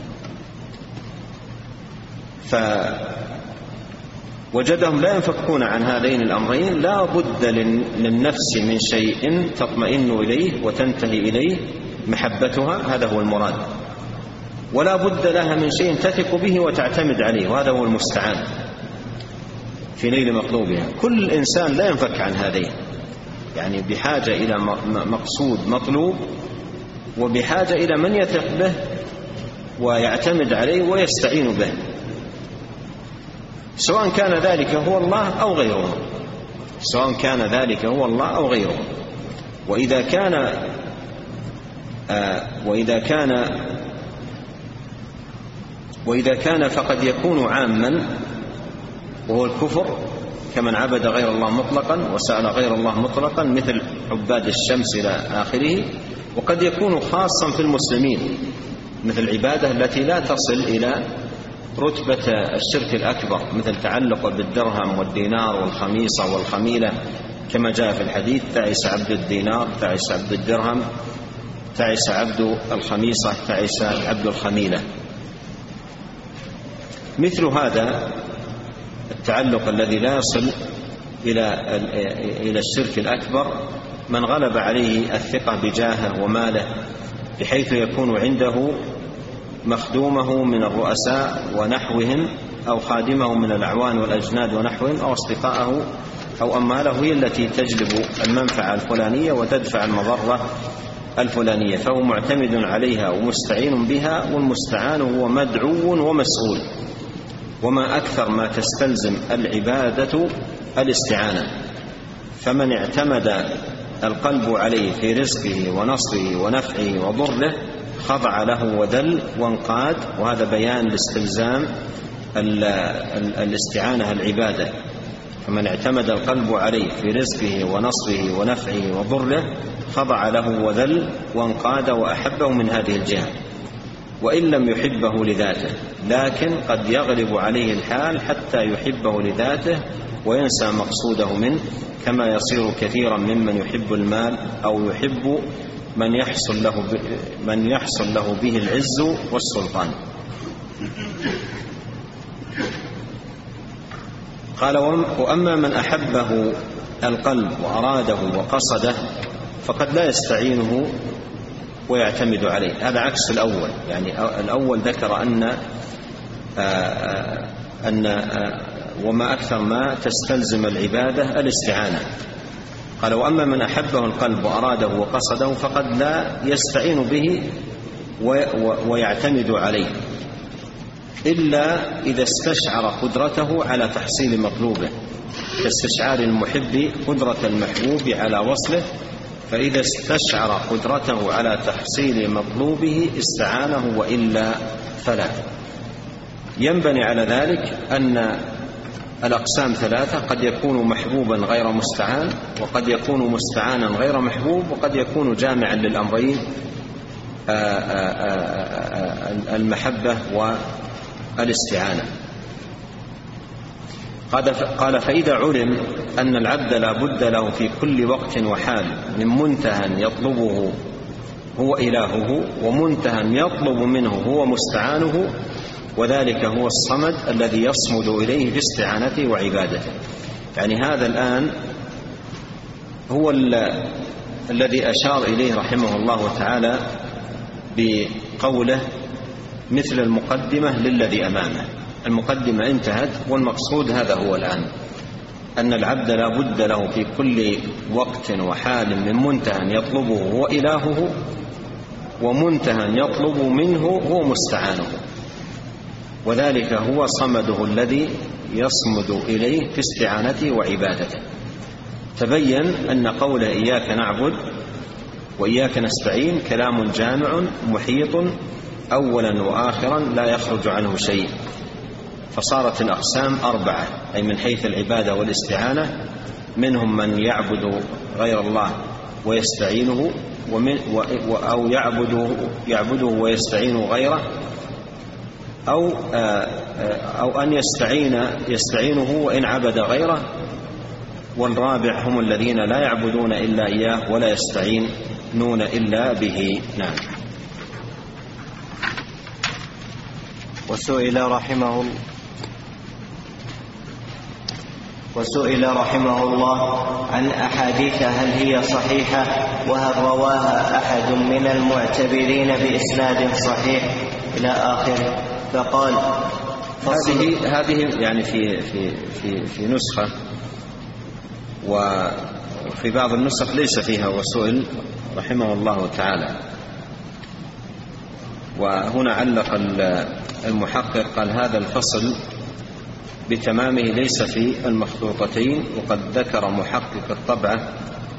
فوجدهم لا ينفكون عن هذين الأمرين. لا بد للنفس من شيء تطمئن إليه وتنتهي إليه محبتها، هذا هو المراد، ولا بد لها من شيء تثق به وتعتمد عليه، وهذا هو المستعان في نيل مطلوبها. كل إنسان لا ينفك عن هذين، يعني بحاجة إلى مقصود مطلوب، وبحاجة إلى من يثق به ويعتمد عليه ويستعين به، سواء كان ذلك هو الله أو غيره، سواء كان ذلك هو الله أو غيره. وإذا كان آه وإذا كان وإذا كان فقد يكون عاما، وهو الكفر، كمن عبد غير الله مطلقا وسأل غير الله مطلقا، مثل عباد الشمس إلى آخره. وقد يكون خاصا في المسلمين، مثل العبادة التي لا تصل إلى رتبة الشرك الأكبر، مثل تعلق بالدرهم والدينار والخميصة والخميلة، كما جاء في الحديث: تعس عبد الدينار، تعس عبد الدرهم، تعس عبد الخميصة، تعس عبد الخميلة. مثل هذا التعلق الذي لا يصل إلى إلى الشرك الأكبر، من غلب عليه الثقة بجاهه وماله، بحيث يكون عنده مخدومه من الرؤساء ونحوهم، أو خادمه من الأعوان والأجناد ونحوهم، أو أصدقائه أو أماله، هي التي تجلب المنفعة الفلانية وتدفع المضرة الفلانية، فهو معتمد عليها ومستعين بها، والمستعان هو مدعو ومسؤول. وما أكثر ما تستلزم العبادة الاستعانة، فمن اعتمد القلب عليه في رزقه ونصره ونفعه وضره خضع له وذل وانقاد. وهذا بيان لاستلزام الاستعانة العبادة. فمن اعتمد القلب عليه في رزقه ونصره ونفعه وضره خضع له وذل وانقاد وأحبه من هذه الجهة، وإن لم يحبه لذاته، لكن قد يغلب عليه الحال حتى يحبه لذاته وينسى مقصوده منه، كما يصير كثيرا ممن يحب المال أو يحب من يحصل له من يحصل له به العز والسلطان. قال: وأما من أحبه القلب وأراده وقصده فقد لا يستعينه ويعتمد عليه. هذا عكس الأول، يعني الأول ذكر أن أن وما أكثر ما تستلزم العبادة الاستعانة. قال: وأما من أحبه القلب وأراده وقصده فقد لا يستعين به ويعتمد عليه إلا إذا استشعر قدرته على تحصيل مطلوبه، كاستشعار المحب قدرة المحبوب على وصله، فإذا استشعر قدرته على تحصيل مطلوبه استعانه، وإلا فلا. ينبني على ذلك أن الأقسام ثلاثة: قد يكون محبوبا غير مستعان، وقد يكون مستعانا غير محبوب، وقد يكون جامعا للأمرين المحبة والاستعانة. قال: فإذا علم أن العبد لا بد له في كل وقت وحال من منتهى يطلبه هو إلهه، ومنتهى يطلب منه هو مستعانه، وذلك هو الصمد الذي يصمد إليه في استعانته وعبادته. يعني هذا الآن هو الذي أشار إليه رحمه الله تعالى بقوله مثل المقدمة للذي أمامه. المقدمة انتهت، والمقصود هذا هو الآن، أن العبد لا بد له في كل وقت وحال من منتهى يطلبه هو إلهه، ومنتهى يطلب منه هو مستعانه، وذلك هو صمده الذي يصمد إليه في استعانته وعبادته. تبين أن قوله إياك نعبد وإياك نستعين كلام جامع محيط أولا وآخرا لا يخرج عنه شيء، فصارت الأقسام أربعة، أي من حيث العبادة والاستعانة: منهم من يعبد غير الله ويستعينه، ومن أو يعبده, يعبده ويستعين غيره، أو, أو أن يستعين يستعينه وإن عبد غيره، والرابع هم الذين لا يعبدون إلا إياه ولا يستعينون إلا به. نعم. وسئل رحمه الله وسئل رحمه الله عن أحاديث هل هي صحيحة، وهل رواها أحد من المعتبرين بإسناد صحيح إلى آخره، فقال: هذه هذه يعني في في في في نسخة، وفي بعض النسخ ليس فيها وسئل رحمه الله تعالى. وهنا علق المحقق قال: هذا الفصل بتمامه ليس في المخطوطتين، وقد ذكر محقق الطبعة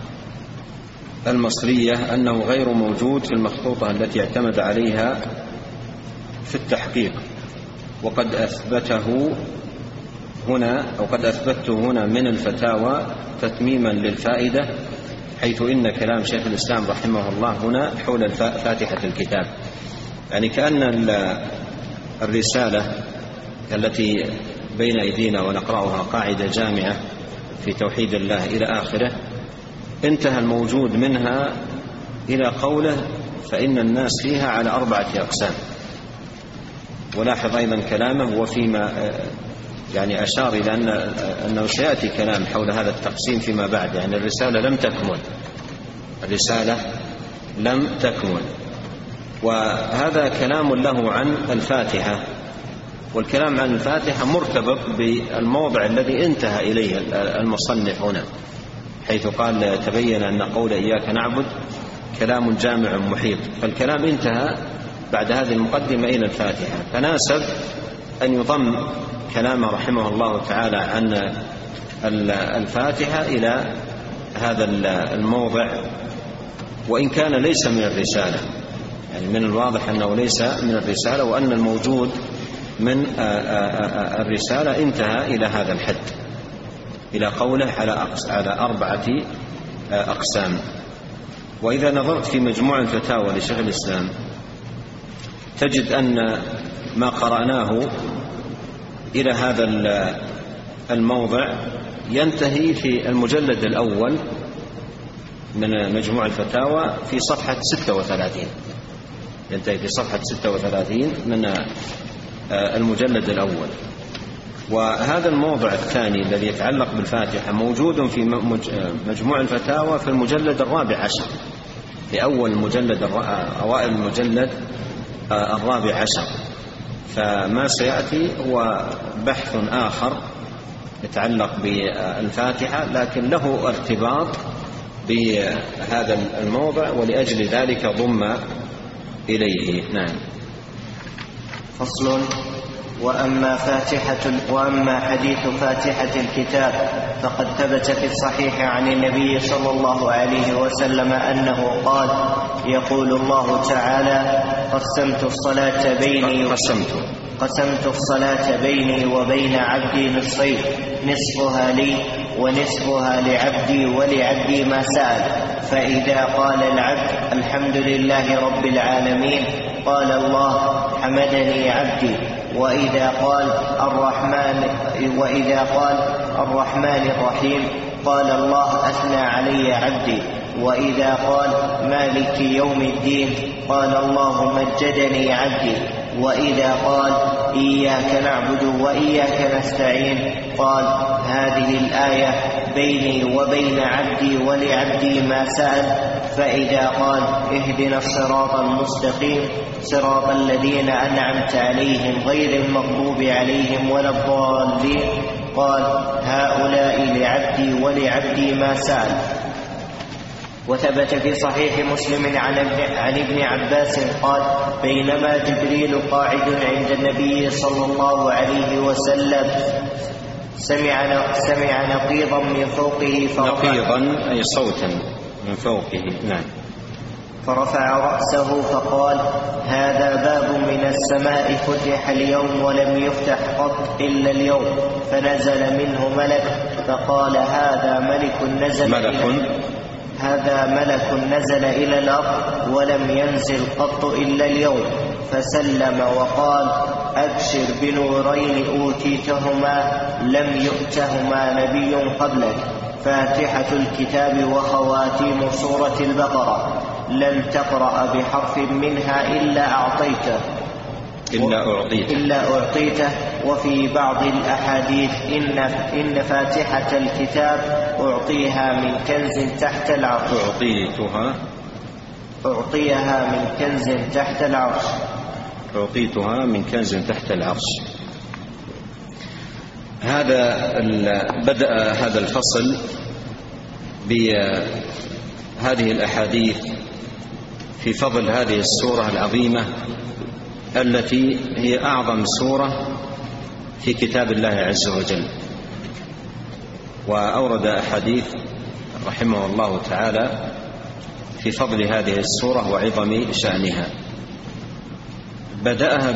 المصرية أنه غير موجود في المخطوطة التي اعتمد عليها في التحقيق، وقد أثبته هنا أو قد أثبته هنا من الفتاوى تتميما للفائدة، حيث إن كلام شيخ الإسلام رحمه الله هنا حول فاتحة الكتاب. يعني كأن الرسالة التي بين أيدينا ونقرأها قاعدة جامعة في توحيد الله إلى آخره، انتهى الموجود منها إلى قوله: فإن الناس فيها على أربعة أقسام. ولاحظ أيضا كلامه وفيما يعني أشار إلى أن أنه سيأتي كلام حول هذا التقسيم فيما بعد. يعني الرسالة لم تكمل الرسالة لم تكمل وهذا كلام له عن الفاتحة، والكلام عن الفاتحة مرتبط بالموضع الذي انتهى إليه المصنف هنا، حيث قال: تبين أن قول إياك نعبد كلام جامع محيط، فالكلام انتهى بعد هذه المقدمة إلى الفاتحة، فناسب أن يضم كلام رحمه الله تعالى عن الفاتحة إلى هذا الموضع، وإن كان ليس من الرسالة. يعني من الواضح أنه ليس من الرسالة، وأن الموجود من الرسالة انتهى إلى هذا الحد، إلى قوله على أربعة أقسام. وإذا نظرت في مجموع الفتاوى لشيخ الإسلام تجد أن ما قرأناه إلى هذا الموضع ينتهي في المجلد الأول من مجموع الفتاوى في صفحة ستة وثلاثين، ينتهي في صفحة ستة وثلاثين من المجلد الأول. وهذا الموضع الثاني الذي يتعلق بالفاتحة موجود في مجموع الفتاوى في المجلد الرابع عشر، في أول مجلد أوائل المجلد الرابع عشر. فما سيأتي هو بحث آخر يتعلق بالفاتحة، لكن له ارتباط بهذا الموضع، ولأجل ذلك ضم إليه. نعم. فصل: وأما, فاتحة وأما حديث فاتحة الكتاب فقد ثبت في الصحيح عن النبي صلى الله عليه وسلم أنه قال: يقول الله تعالى: قسمت الصلاة بيني قسمت قسمت الصلاة بيني وبين عبدي نصفين، نصفها لي ونصفها لعبدي ولعبدي ما سأل. فإذا قال العبد: الحمد لله رب العالمين، قال الله: حمدني عبدي. وإذا قال الرحمن وإذا قال الرحمن الرحيم، قال الله: أثنى علي عبدي. وإذا قال مالك يوم الدين، قال الله: مجدني عبدي. وإذا قال إياك نعبد وإياك نستعين، قال: هذه الآية بيني وبين عبدي ولعبدي ما سأل. فإذا قال اهدنا الصراط المستقيم صراط الذين أنعمت عليهم غير المغضوب عليهم ولا الضالين، قال: هؤلاء لعبدي ولعبدي ما سأل. وثبت في صحيح مسلم عن ابن عباس قال: بينما جبريل قاعد عند النبي صلى الله عليه وسلم سمع سمع نقيضا من فوقه نقيضا أي صوتا من فوقه. نعم. فرفع رأسه فقال: هذا باب من السماء فتح اليوم ولم يفتح قط إلا اليوم. فنزل منه ملك فقال: هذا ملك نزل ملك هذا ملك نزل إلى الأرض ولم ينزل قط إلا اليوم. فسلم وقال: أبشر بنورين أوتيتهما لم يؤتهما نبي قبلك، فاتحة الكتاب وخواتيم سورة البقرة، لن تقرأ بحرف منها إلا أعطيته إلا أعطيته, إلا أعطيته. وفي بعض الأحاديث إن, إن فاتحة الكتاب أعطيها من كنز تحت العرش أعطيتها أعطيها من كنز تحت العرش أعطيتها من كنز تحت العرش. هذا بدأ هذا الفصل بهذه الأحاديث في فضل هذه السورة العظيمة التي هي أعظم سورة في كتاب الله عز وجل. وأورد أحاديث رحمه الله تعالى في فضل هذه السورة وعظم شأنها. بدأها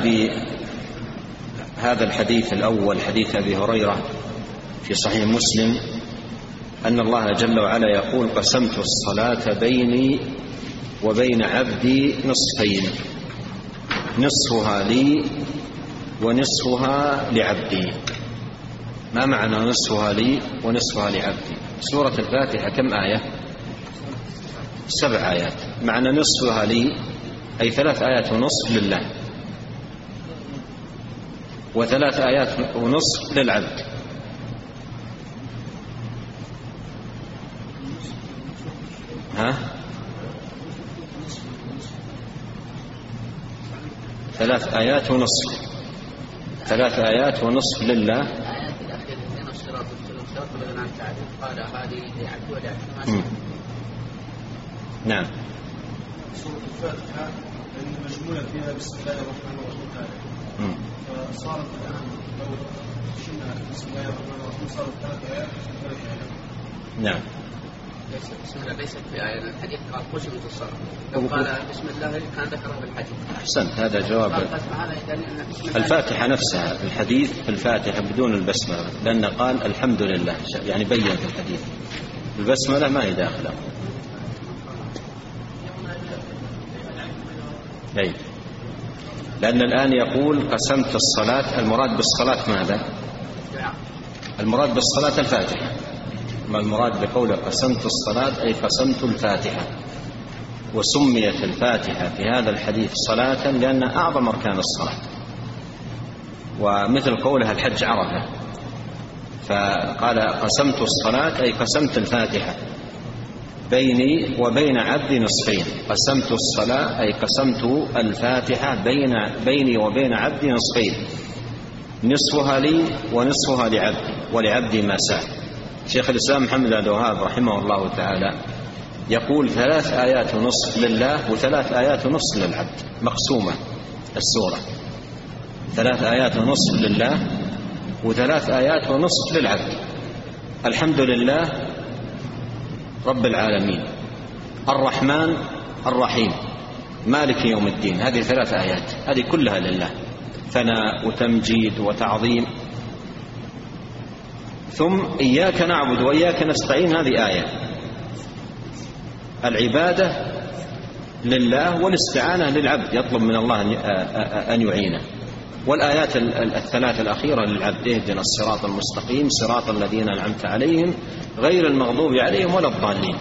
بهذا الحديث الأول، حديث أبي هريرة في صحيح مسلم أن الله جل وعلا يقول: قسمت الصلاة بيني وبين عبدي نصفين، نصفها لي ونصفها لعبدي. ما معنى نصفها لي ونصفها لعبدي؟ سورة الفاتحة كم آية؟ سبع آيات. معنى نصفها لي أي ثلاث آيات ونصف لله، وثلاث آيات ونصف للعبد. ها؟ ثلاث آيات ونصف ثلاث آيات ونصف لله. نعم. سورة الفاتحة مجموعة فيها بسم الله الرحمن الرحيم، فصارت الآن لو شلنا بسم الله الرحمن الرحيم صارت ثلاث آيات ثلاث آيات. نعم. بسم الله ليست في آية، الحديث قال قسمت الصلاة، لو قال بسم الله كان ذكره في الحديث. أحسنت، هذا جواب. الفاتحة نفسها في الحديث، في الفاتحة بدون البسملة، لأن قال الحمد لله، يعني بين في الحديث البسملة ما هي داخلة. أي. لأن الآن يقول قسمت الصلاة، المراد بالصلاة ماذا؟ المراد بالصلاة الفاتحة. ما المراد بقوله قسمت الصلاة أي قسمت الفاتحة. وسميت الفاتحة في هذا الحديث صلاة لأن أعظم أركان الصلاة، ومثل قولها الحج عرفة، فقال قسمت الصلاة أي قسمت الفاتحة بيني وبين عبدي نصفين. قسمت الصلاة أي قسمت الفاتحة بين بيني وبين عبدي نصفين، نصفها لي ونصفها لعبدي ولعبدي ما سأل. شيخ الإسلام محمد بن عبد الوهاب رحمه الله تعالى يقول ثلاث آيات ونصف لله وثلاث آيات ونصف للعبد، مقسومة السورة ثلاث آيات ونصف لله وثلاث آيات ونصف للعبد. الحمد لله رب العالمين، الرحمن الرحيم، مالك يوم الدين، هذه ثلاث آيات، هذه كلها لله، ثناء وتمجيد وتعظيم. ثم إياك نعبد وإياك نستعين، هذه آية. العبادة لله والاستعانة للعبد، يطلب من الله أن يعينه. والآيات الثلاث الأخيرة للعبد: اهدنا الصراط المستقيم صراط الذين أنعمت عليهم غير المغضوب عليهم ولا الضالين.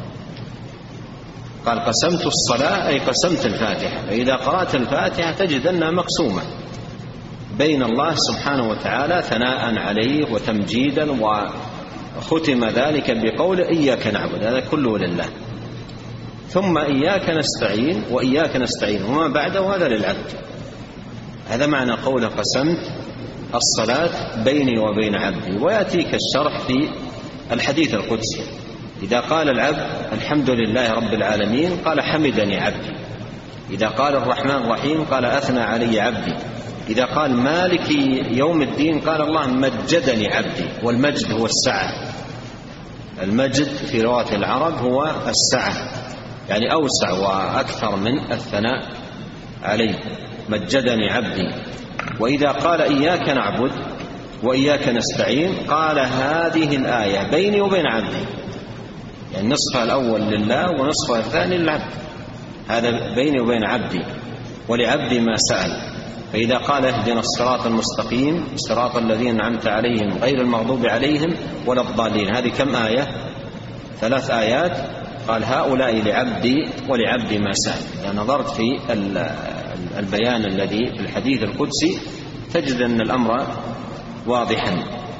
قال قسمت الصلاة أي قسمت الفاتحة، فإذا قرأت الفاتحة تجد أنها مقسومة بين الله سبحانه وتعالى ثناء عليه وتمجيدا، وختم ذلك بقول إياك نعبد، هذا كله لله. ثم إياك نستعين وإياك نستعين وما بعده هذا للعبد. هذا معنى قول قسمت الصلاة بيني وبين عبدي. ويأتيك الشرح في الحديث القدسي: إذا قال العبد الحمد لله رب العالمين قال حمدني عبدي، إذا قال الرحمن الرحيم قال أثنى علي عبدي، إذا قال مالك يوم الدين قال الله مجدني عبدي. والمجد هو السعة، المجد في لغة العرب هو السعة، يعني أوسع وأكثر من الثناء عليه، مجدني عبدي. وإذا قال إياك نعبد وإياك نستعين قال هذه الآية بيني وبين عبدي، يعني نصفها الأول لله ونصفها الثاني للعبد، هذا بيني وبين عبدي ولعبدي ما سأل. فإذا قال اهدنا الصراط المستقيم صراط الذين أنعمت عليهم غير المغضوب عليهم ولا الضالين، هذه كم آية؟ ثلاث آيات. قال هؤلاء لعبدي ولعبدي ما سأل. إذا نظرت في البيان الذي في الحديث القدسي تجد أن الأمر واضحا.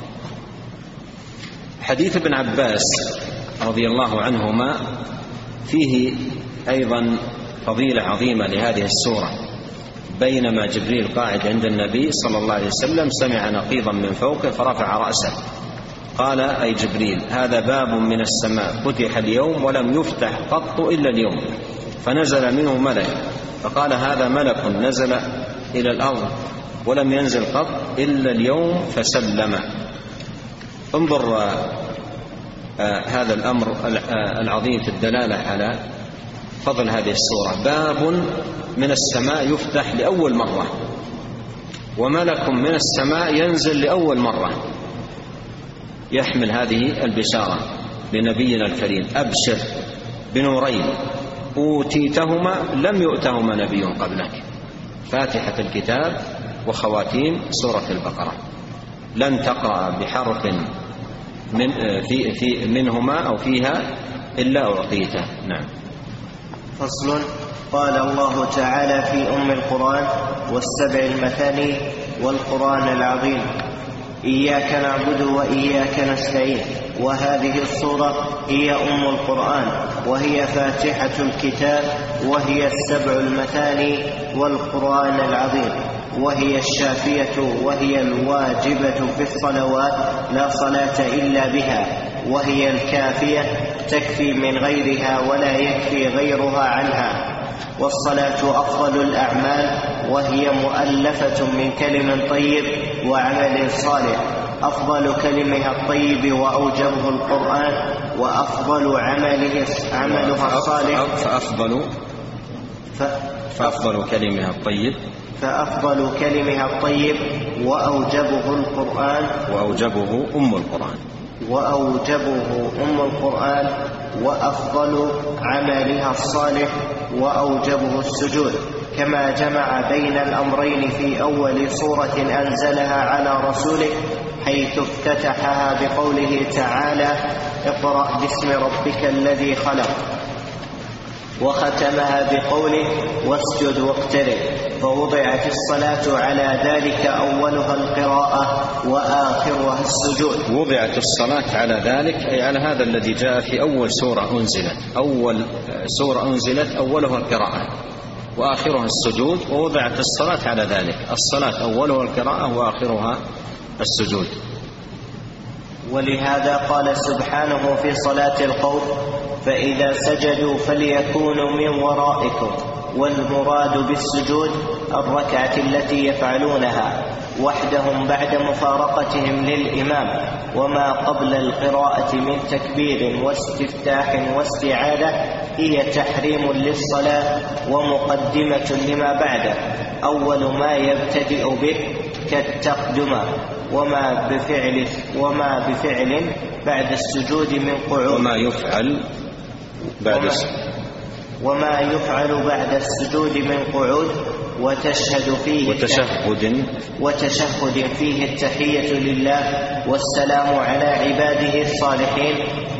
حديث ابن عباس رضي الله عنهما فيه أيضا فضيلة عظيمة لهذه السورة. بينما جبريل قاعد عند النبي صلى الله عليه وسلم سمع نقيضا من فوقه فرفع رأسه، قال أي جبريل هذا باب من السماء فتح اليوم ولم يفتح قط إلا اليوم، فنزل منه ملك فقال هذا ملك نزل إلى الأرض ولم ينزل قط إلا اليوم فسلم. انظر آه هذا الأمر آه العظيم في الدلالة على فضل هذه السورة. باب من السماء يفتح لأول مرة، وملك من السماء ينزل لأول مرة، يحمل هذه البشارة لنبينا الكريم: أبشر بنورين أوتيتهما لم يؤتهما نبي قبلك، فاتحة الكتاب وخواتيم سورة البقرة، لن تقرأ بحرف من في في منهما أو فيها إلا أعطيته. نعم. فصل. قال الله تعالى في أم القرآن والسبع المثاني والقرآن العظيم: إياك نعبد وإياك نستعين. وهذه السورة هي أم القرآن، وهي فاتحة الكتاب، وهي السبع المثاني والقرآن العظيم، وهي الشافية، وهي الواجبة في الصلوات لا صلاة إلا بها، وهي الكافية تكفي من غيرها ولا يكفي غيرها عنها. والصلاة أفضل الأعمال، وهي مؤلفة من كلم طيب وعمل صالح. أفضل كلمها الطيب وأوجبه القرآن، وأفضل عمله عملها الصالح. فأفضل فأفضل كلمها الطيب فأفضل كلمها الطيب وأوجبه القرآن وأوجبه أم القرآن وأوجبه أم القرآن وأفضل عملها الصالح وأوجبه السجود. كما جمع بين الأمرين في أول سورة أنزلها على رسوله، حيث افتتحها بقوله تعالى: اقرأ باسم ربك الذي خلق، وختمها بقوله: واسجد واقترب. فوضعت الصلاة على ذلك أولها القراءة وآخرها السجود. وضعت الصلاة على ذلك أي على هذا الذي جاء في أول سورة أنزلت. أول سورة أنزلت أولها القراءة وآخرها السجود، ووضعت الصلاة على ذلك. الصلاة أولها القراءة وآخرها السجود. ولهذا قال سبحانه في صلاة الخوف: فإذا سجدوا فليكونوا من ورائكم. والمراد بالسجود الركعة التي يفعلونها وحدهم بعد مفارقتهم للإمام، وما قبل القراءة من تكبير واستفتاح واستعاذة هي تحريم للصلاة ومقدمة لما بعده، أول ما يبتدئ به كالتقدمة، وما بفعل وما بفعل بعد السجود من قعود، وما يفعل بعد وما, وما يفعل بعد السجود من قعود، وتشهد فيه وتشهد وتشهد فيه التحية لله والسلام على عباده الصالحين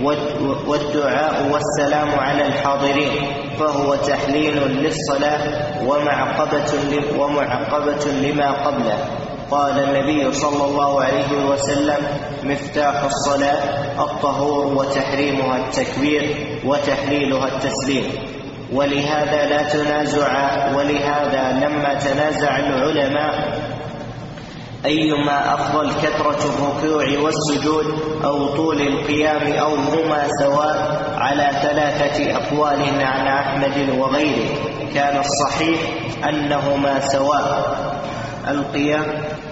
والدعاء والسلام على الحاضرين، فهو تحليل للصلاة ومعقبة ومعقبة لما قبله. قال النبي صلى الله عليه وسلم: مفتاح الصلاة الطهور وتحريمها التكبير وتحليلها التسليم. ولهذا لا تنازع ولهذا لما تنازع العلماء أيما أفضل كثرة الركوع والسجود أو طول القيام أو هما سواء على ثلاثة أقوال عن أحمد وغيره، كان الصحيح أنهما سواء. القيام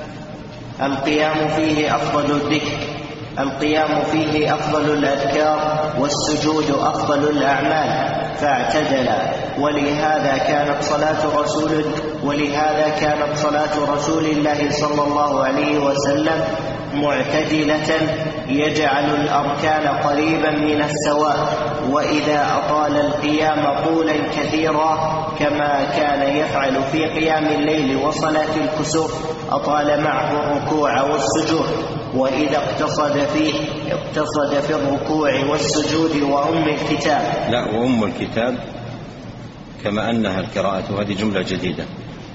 القيام فيه أفضل الذكر القيام فيه أفضل الأذكار، والسجود أفضل الأعمال، فاعتدلا. ولهذا كانت صلاة رسول ولهذا كانت صلاة رسول الله صلى الله عليه وسلم معتدلة، يجعل الأركان قريبا من السواء، وإذا أطال القيام طولا كثيرا كما كان يفعل في قيام الليل وصلاة الكسوف أطال معه الركوع والسجود، وإذا اقتصد فيه اقتصد في الركوع والسجود وأم الكتاب. لا، وأم الكتاب كما أنها القراءة، هذه جملة جديدة.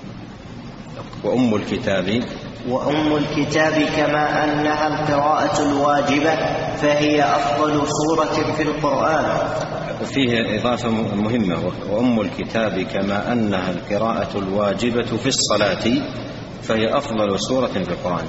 وأم الكتاب وأم الكتاب كما أنها القراءة الواجبة، فهي أفضل سورة في القرآن. وفيه إضافة مهمة: وأم الكتاب كما أنها القراءة الواجبة في الصلاة، فهي أفضل سورة في القرآن.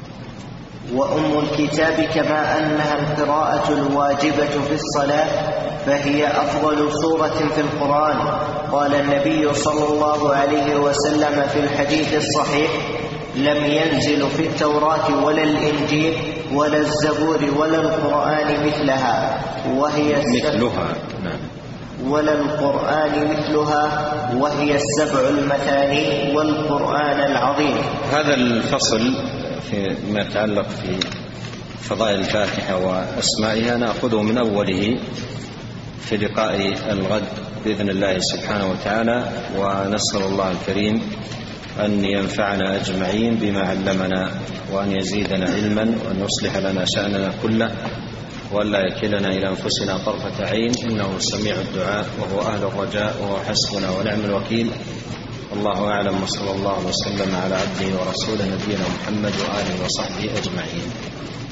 وأم الكتاب كما أنها القراءة الواجبة في الصلاة، فهي أفضل سورة في القرآن. قال النبي صلى الله عليه وسلم في الحديث الصحيح: لم ينزل في التوراة ولا الإنجيل ولا الزبور ولا القرآن مثلها وهي مثلها نعم ولا القرآن مثلها وهي السبع المثاني والقرآن العظيم. هذا الفصل فيما يتعلق في فضائل الفاتحة وأسمائها نأخذه من أوله في لقاء الغد بإذن الله سبحانه وتعالى، ونسأل الله الكريم أن ينفعنا أجمعين بما علمنا، وأن يزيدنا علما، وأن يصلح لنا شأننا كله، وأن لا يكلنا إلى أنفسنا طرفة عين، إنه سميع الدعاء وهو أهل الرجاء وهو حسبنا ونعم الوكيل. والله أعلم، وصلى الله وسلم على عبده ورسوله نبينا محمد وآله وصحبه أجمعين.